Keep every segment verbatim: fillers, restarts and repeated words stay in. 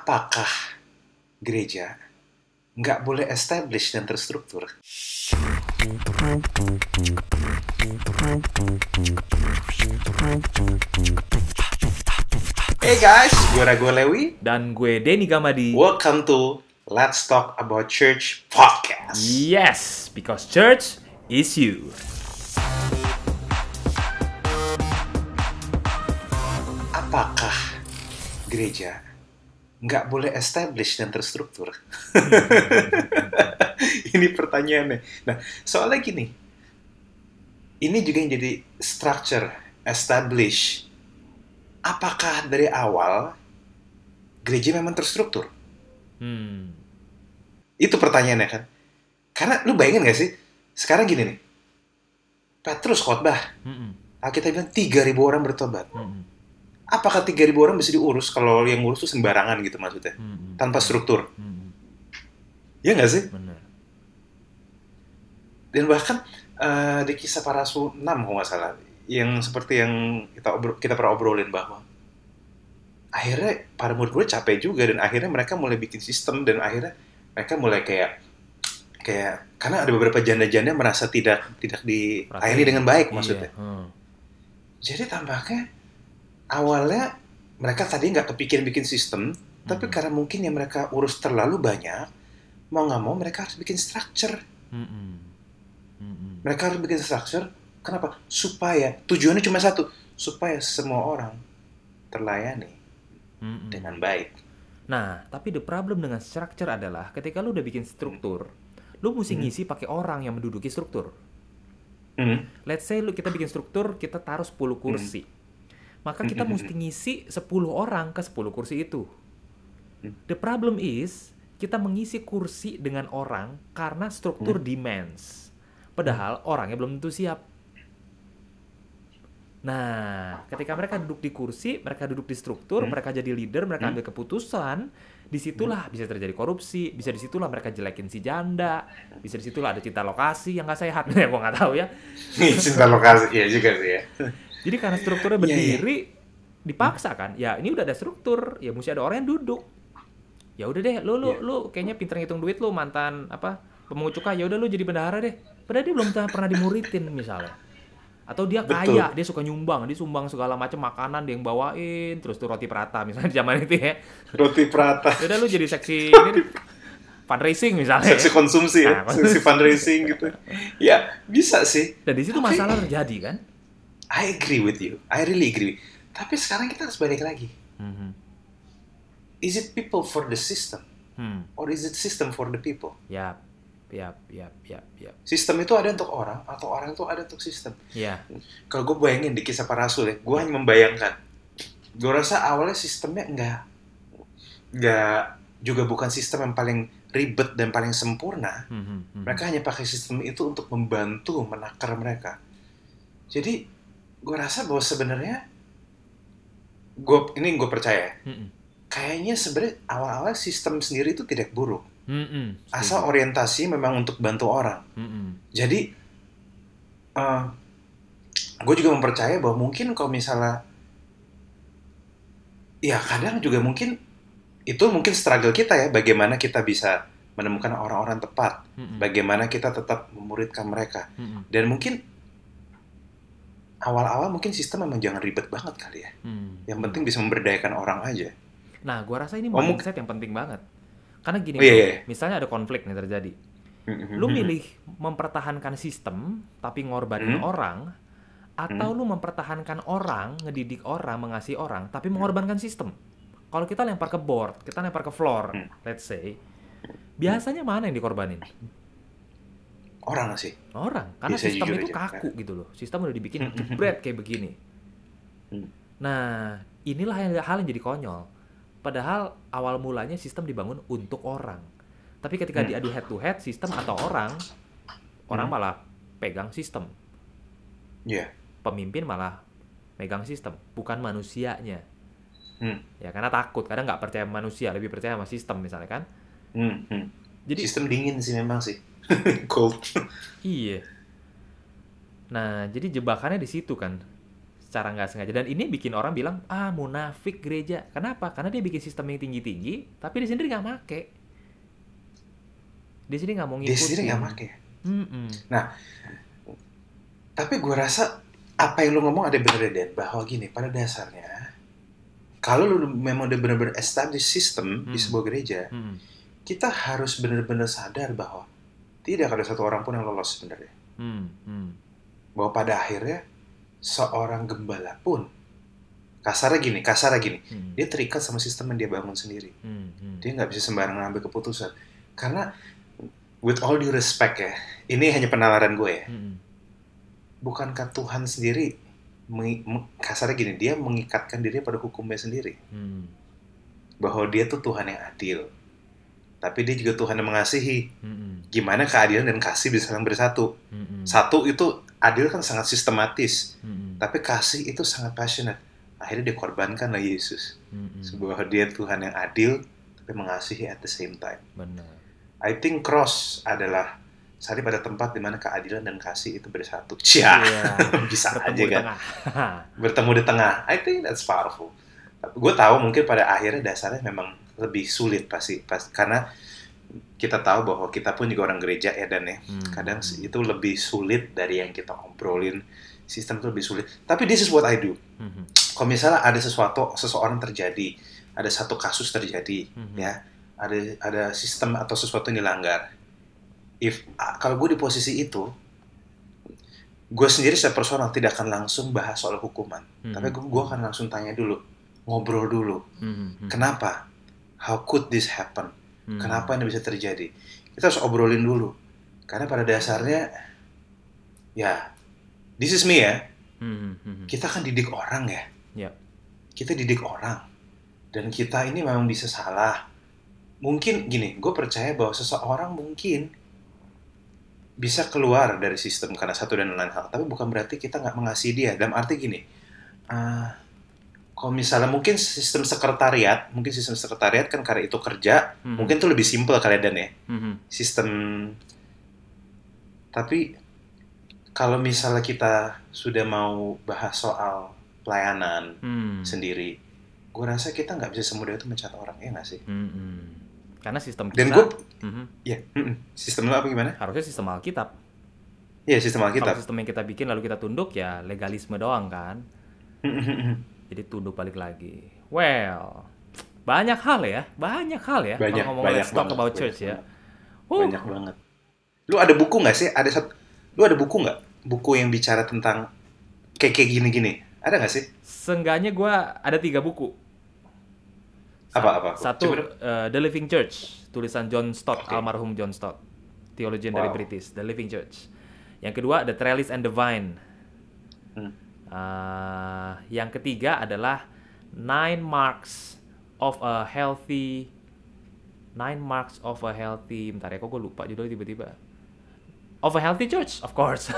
Apakah gereja nggak boleh established dan terstruktur? Hey guys, gue Rago Lewi. Dan gue Denny Gamadi. Welcome to Let's Talk About Church Podcast. Yes, because church is you. Apakah gereja nggak boleh established dan terstruktur? Ini pertanyaannya. Nah, soalnya gini, ini juga yang jadi structure, establish. Apakah dari awal gereja memang terstruktur? Hmm. Itu pertanyaannya kan. Karena lu bayangin gak sih, sekarang gini nih, Petrus khotbah, Mm-mm. Alkitab bilang tiga ribu orang bertobat. Mm-mm. Apakah tiga ribu orang bisa diurus kalau yang ngurus tuh sembarangan gitu maksudnya? Mm-mm. Tanpa struktur. Mm-mm. Iya nggak sih? Bener. Dan bahkan uh, di kisah para rasul enam kalau nggak salah, yang seperti yang kita obro- kita pernah obrolin bahwa akhirnya para murid-murid capek juga dan akhirnya mereka mulai bikin sistem dan akhirnya mereka mulai kayak kayak karena ada beberapa janda-janda merasa tidak tidak dilayani dengan baik maksudnya. Iya. Hmm. Jadi tampaknya awalnya mereka tadi nggak kepikiran bikin sistem, Hmm. tapi karena mungkin yang mereka urus terlalu banyak, mau nggak mau mereka harus bikin structure. Mm-mm. Mm-mm. Mereka harus bikin structure. Kenapa? Supaya tujuannya cuma satu, supaya semua orang terlayani Mm-mm. dengan baik. Nah, tapi the problem dengan structure adalah ketika lu udah bikin struktur, lu mesti Hmm. ngisi pakai orang yang menduduki struktur. Hmm. Let's say lu kita bikin struktur, kita taruh sepuluh kursi. Maka kita Hmm. mesti ngisi sepuluh orang ke sepuluh kursi itu. Hmm. The problem is, kita mengisi kursi dengan orang karena struktur Hmm. demands. Padahal orangnya belum tentu siap. Nah, ketika mereka duduk di kursi, mereka duduk di struktur, Hmm. mereka jadi leader, mereka Hmm. ambil keputusan, disitulah bisa terjadi korupsi, bisa disitulah mereka jelekin si janda, bisa disitulah ada cinta lokasi yang nggak sehat. Ya, gue nggak tahu ya. Cinta lokasi, iya juga sih ya. Jadi karena strukturnya Iya, iya. berdiri, dipaksa kan? Ya ini udah ada struktur, ya mesti ada orang yang duduk. Ya udah deh, lu lu Iya. lu kayaknya pinter ngitung duit, lu mantan apa pemungut cukai, ya udah lu jadi bendahara deh. Padahal dia belum pernah dimuridin misalnya. Atau dia Betul. kaya, dia suka nyumbang, dia sumbang segala macam makanan dia yang bawain, terus tuh roti prata misalnya di zaman itu ya. Roti prata. Ya udah lu jadi seksi ini nih, fundraising misalnya. Seksi ya. konsumsi ya, Nah, seksi fundraising gitu. Ya, bisa sih. Dan di situ Tapi- masalah terjadi kan? I agree with you. I really agree. Tapi sekarang kita harus balik lagi. Mhm. Is it people for the system? Hmm. Or is it system for the people? Yap, yap, yap, yap, yap. Sistem itu ada untuk orang, atau orang itu ada untuk sistem. Ya. Kalau gue bayangin di kisah para rasul ya, gue hanya membayangkan. Gue rasa awalnya sistemnya enggak, enggak juga bukan sistem yang paling ribet dan paling sempurna. Mhm, mhm. Mereka hanya pakai sistem itu untuk membantu menakar mereka. Jadi gue rasa bahwa sebenarnya, gue ini gue percaya, Mhm. kayaknya sebenarnya awal-awal sistem sendiri itu tidak buruk. Mhm. Asal orientasi memang untuk bantu orang. Mhm. Jadi, uh, gue juga mempercaya bahwa mungkin kalau misalnya, ya kadang juga mungkin, itu mungkin struggle kita ya, bagaimana kita bisa menemukan orang-orang tepat, Mhm. bagaimana kita tetap memuridkan mereka. Mhm. Dan mungkin, awal-awal mungkin sistem memang jangan ribet banget kali ya. Mhm. Yang penting bisa memberdayakan orang aja. Nah, gua rasa ini Oh, mungkin- mindset yang penting banget. Karena gini, Oh, iya, bro, iya. misalnya ada konflik nih terjadi. Lu milih mempertahankan sistem tapi ngorbanin Hmm. orang, atau lu mempertahankan orang, ngedidik orang, mengasihi orang tapi mengorbankan sistem. Kalau kita lempar ke board, kita lempar ke floor, Hmm. let's say, biasanya mana yang dikorbanin? Orang sih. Orang, karena Bisa sistem jujur itu aja, kaku gitu loh. Sistem udah dibikin Hmm. jebret kayak begini. Hmm. Nah, inilah yang, hal yang jadi konyol. Padahal awal mulanya sistem dibangun untuk orang. Tapi ketika Hmm. diadu head to head, sistem atau orang, orang Hmm. malah pegang sistem. Iya. Pemimpin malah megang sistem, bukan manusianya. Hmm. Ya karena takut, kadang nggak percaya manusia, lebih percaya sama sistem misalnya kan. Hmm. Hmm. Jadi Sistem dingin sih memang sih. Cold. iya. Nah, jadi jebakannya di situ kan. secara nggak sengaja. Dan ini bikin orang bilang, ah munafik gereja. Kenapa? Karena dia bikin sistem yang tinggi-tinggi, tapi dia sendiri nggak make. Dia sendiri nggak mau ngikutin. Dia sendiri nggak make. Mm-mm. Nah, tapi gue rasa apa yang lu ngomong ada benernya, Dan, bahwa gini, pada dasarnya kalau lu memang udah benar-benar establish system Hmm. di sebuah gereja, Hmm. kita harus benar-benar sadar bahwa tidak ada satu orang pun yang lolos sebenarnya. Hmm. Hmm. Bahwa pada akhirnya seorang gembala pun kasarnya gini, kasarnya gini, Hmm. dia terikat sama sistem yang dia bangun sendiri. Hmm. Hmm. Dia nggak bisa sembarangan ambil keputusan. Karena with all due respect ya, ini hanya penalaran gue ya. Hmm. Bukankah Tuhan sendiri mengi- meng- kasarnya gini, dia mengikatkan diri pada hukumnya sendiri, Hmm. bahwa dia tuh Tuhan yang adil, tapi dia juga Tuhan yang mengasihi. Hmm. Gimana keadilan dan kasih bisa saling bersatu? Hmm. Satu itu adil kan sangat sistematis, Hmm. tapi kasih itu sangat passionate. Akhirnya dikorbankan lah Yesus, Hmm. bahwa dia Tuhan yang adil tapi mengasihi at the same time. Benar. I think cross adalah salib pada tempat di mana keadilan dan kasih itu bersatu. Cia, Iya. bisa Bertemu aja di kan? tengah. Bertemu di tengah. I think that's powerful. Gue tahu mungkin pada akhirnya dasarnya memang lebih sulit pasti, pas karena kita tahu bahwa kita pun juga orang gereja ya, Dan ya. Hmm. Kadang itu lebih sulit dari yang kita obrolin. Sistem itu lebih sulit. Tapi this is what I do. Hmm. Kalau misalnya ada sesuatu, seseorang terjadi, ada satu kasus terjadi, Hmm. ya, ada ada sistem atau sesuatu yang dilanggar. If ah, kalau gue di posisi itu, gue sendiri secara personal tidak akan langsung bahas soal hukuman, Hmm. tapi gue, gue akan langsung tanya dulu, ngobrol dulu, Hmm. Hmm. kenapa, how could this happen, Hmm. kenapa ini bisa terjadi, kita harus obrolin dulu, karena pada dasarnya, ya, this is me ya, Hmm. Hmm. kita kan didik orang ya, Ya. kita didik orang, dan kita ini memang bisa salah. Mungkin gini, gue percaya bahwa seseorang mungkin bisa keluar dari sistem karena satu dan lain hal, tapi bukan berarti kita nggak mengasihi dia. Dalam arti gini, uh, kalau misalnya mungkin sistem sekretariat, mungkin sistem sekretariat kan karena itu kerja, Hmm. mungkin itu lebih simpel kali Dan ya, Hmm. sistem. Tapi kalau misalnya kita sudah mau bahas soal pelayanan Hmm. sendiri, gue rasa kita nggak bisa semudah itu mencat orang, ya nggak sih? Hmm. Karena sistem kita, Dan gue, Mhm. ya, mm-mm. sistem lo apa gimana? harusnya sistem Alkitab. Ya, sistem Kalau Alkitab. sistem yang kita bikin lalu kita tunduk, ya legalisme doang kan. Jadi tunduk balik lagi. Well, banyak hal ya, banyak hal ya. Banyak, Kalau ngomong banyak let's talk banget, about banyak church ya. banget. Huh. Banyak banget. Lu ada buku nggak sih? Ada satu, lu ada buku nggak? Buku yang bicara tentang kayak kayak gini-gini. Ada nggak sih? Seenggaknya gue ada tiga buku. Sa- Apa-apa? Satu, Coba dong. uh, The Living Church, tulisan John Stott, Oke. almarhum John Stott, theologian dari Wow. British, The Living Church. Yang kedua, The Trellis and the Vine. Hmm. Uh, yang ketiga adalah Nine Marks of a Healthy Nine Marks of a Healthy. Bentar ya, kok gue lupa judulnya tiba-tiba. Of a Healthy Church, of course.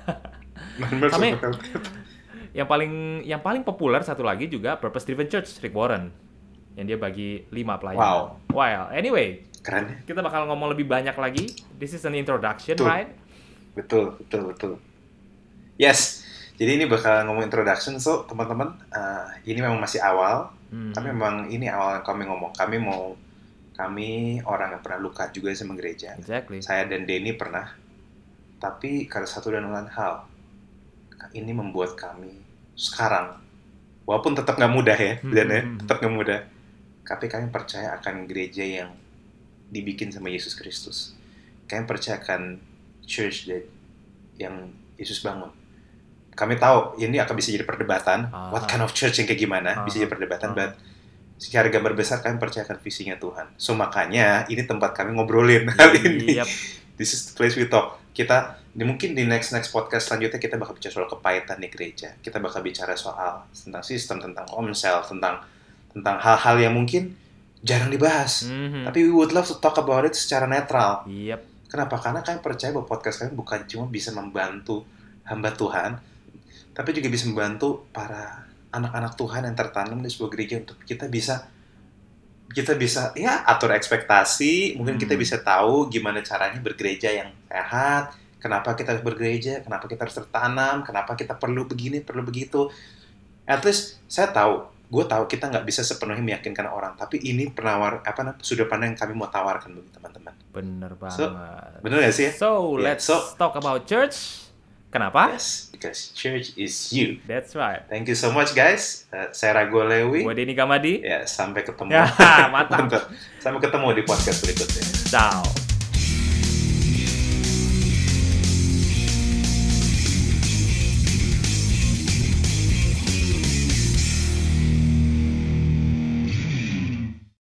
Kami- Yang paling yang paling populer satu lagi juga Purpose Driven Church, Rick Warren, yang dia bagi lima pelayanan. Wow. Well, anyway, Keren ya? kita bakal ngomong lebih banyak lagi. This is an introduction, Betul. right? Betul, betul, betul. Yes. Jadi ini bakal ngomong introduction, so teman-teman, uh, ini memang masih awal, Hmm. tapi memang ini awal yang kami ngomong. Kami mau, kami orang yang pernah luka juga sama gereja. Exactly. Saya dan Denny pernah, tapi karena satu dan lain hal, ini membuat kami sekarang, walaupun tetap nggak mudah ya, Hmm, dan ya, hmm, hmm. tetap nggak mudah, tapi kami percaya akan gereja yang dibikin sama Yesus Kristus. Kami percaya akan church that yang Yesus bangun. Kami tahu ini akan bisa jadi perdebatan, Aha. what kind of church yang kayak gimana, bisa Aha. jadi perdebatan, Aha. but secara gambar besar kami percaya akan visinya Tuhan. So makanya ini tempat kami ngobrolin hal ini. Yep. This is the place we talk. Kita di, mungkin di next next podcast selanjutnya kita bakal bicara soal kepahitan di gereja. Kita bakal bicara soal tentang sistem, tentang omsel, tentang tentang hal-hal yang mungkin jarang dibahas. Mhm. Tapi we would love to talk about it secara netral. Yep. Kenapa? Karena kami percaya bahwa podcast kami bukan cuma bisa membantu hamba Tuhan, tapi juga bisa membantu para anak-anak Tuhan yang tertanam di sebuah gereja untuk kita bisa kita bisa ya atur ekspektasi, mungkin kita Hmm. bisa tahu gimana caranya bergereja yang sehat, kenapa kita harus bergereja, kenapa kita harus tertanam, kenapa kita perlu begini, perlu begitu. At least saya tahu, gue tahu kita nggak bisa sepenuhnya meyakinkan orang, tapi ini penawar apa namanya sudut pandang yang kami mau tawarkan bagi teman-teman. Bener So, banget. bener nggak sih ya? So, Yeah, let's so- talk about church. Kenapa? Yes, because church is you. That's right. Thank you so much guys. Uh, saya Rago Lewi. Gue Denny Gamadi. Ya, sampai ketemu. Ya, mantap. Mantap. Sampai ketemu di podcast berikutnya. Ciao.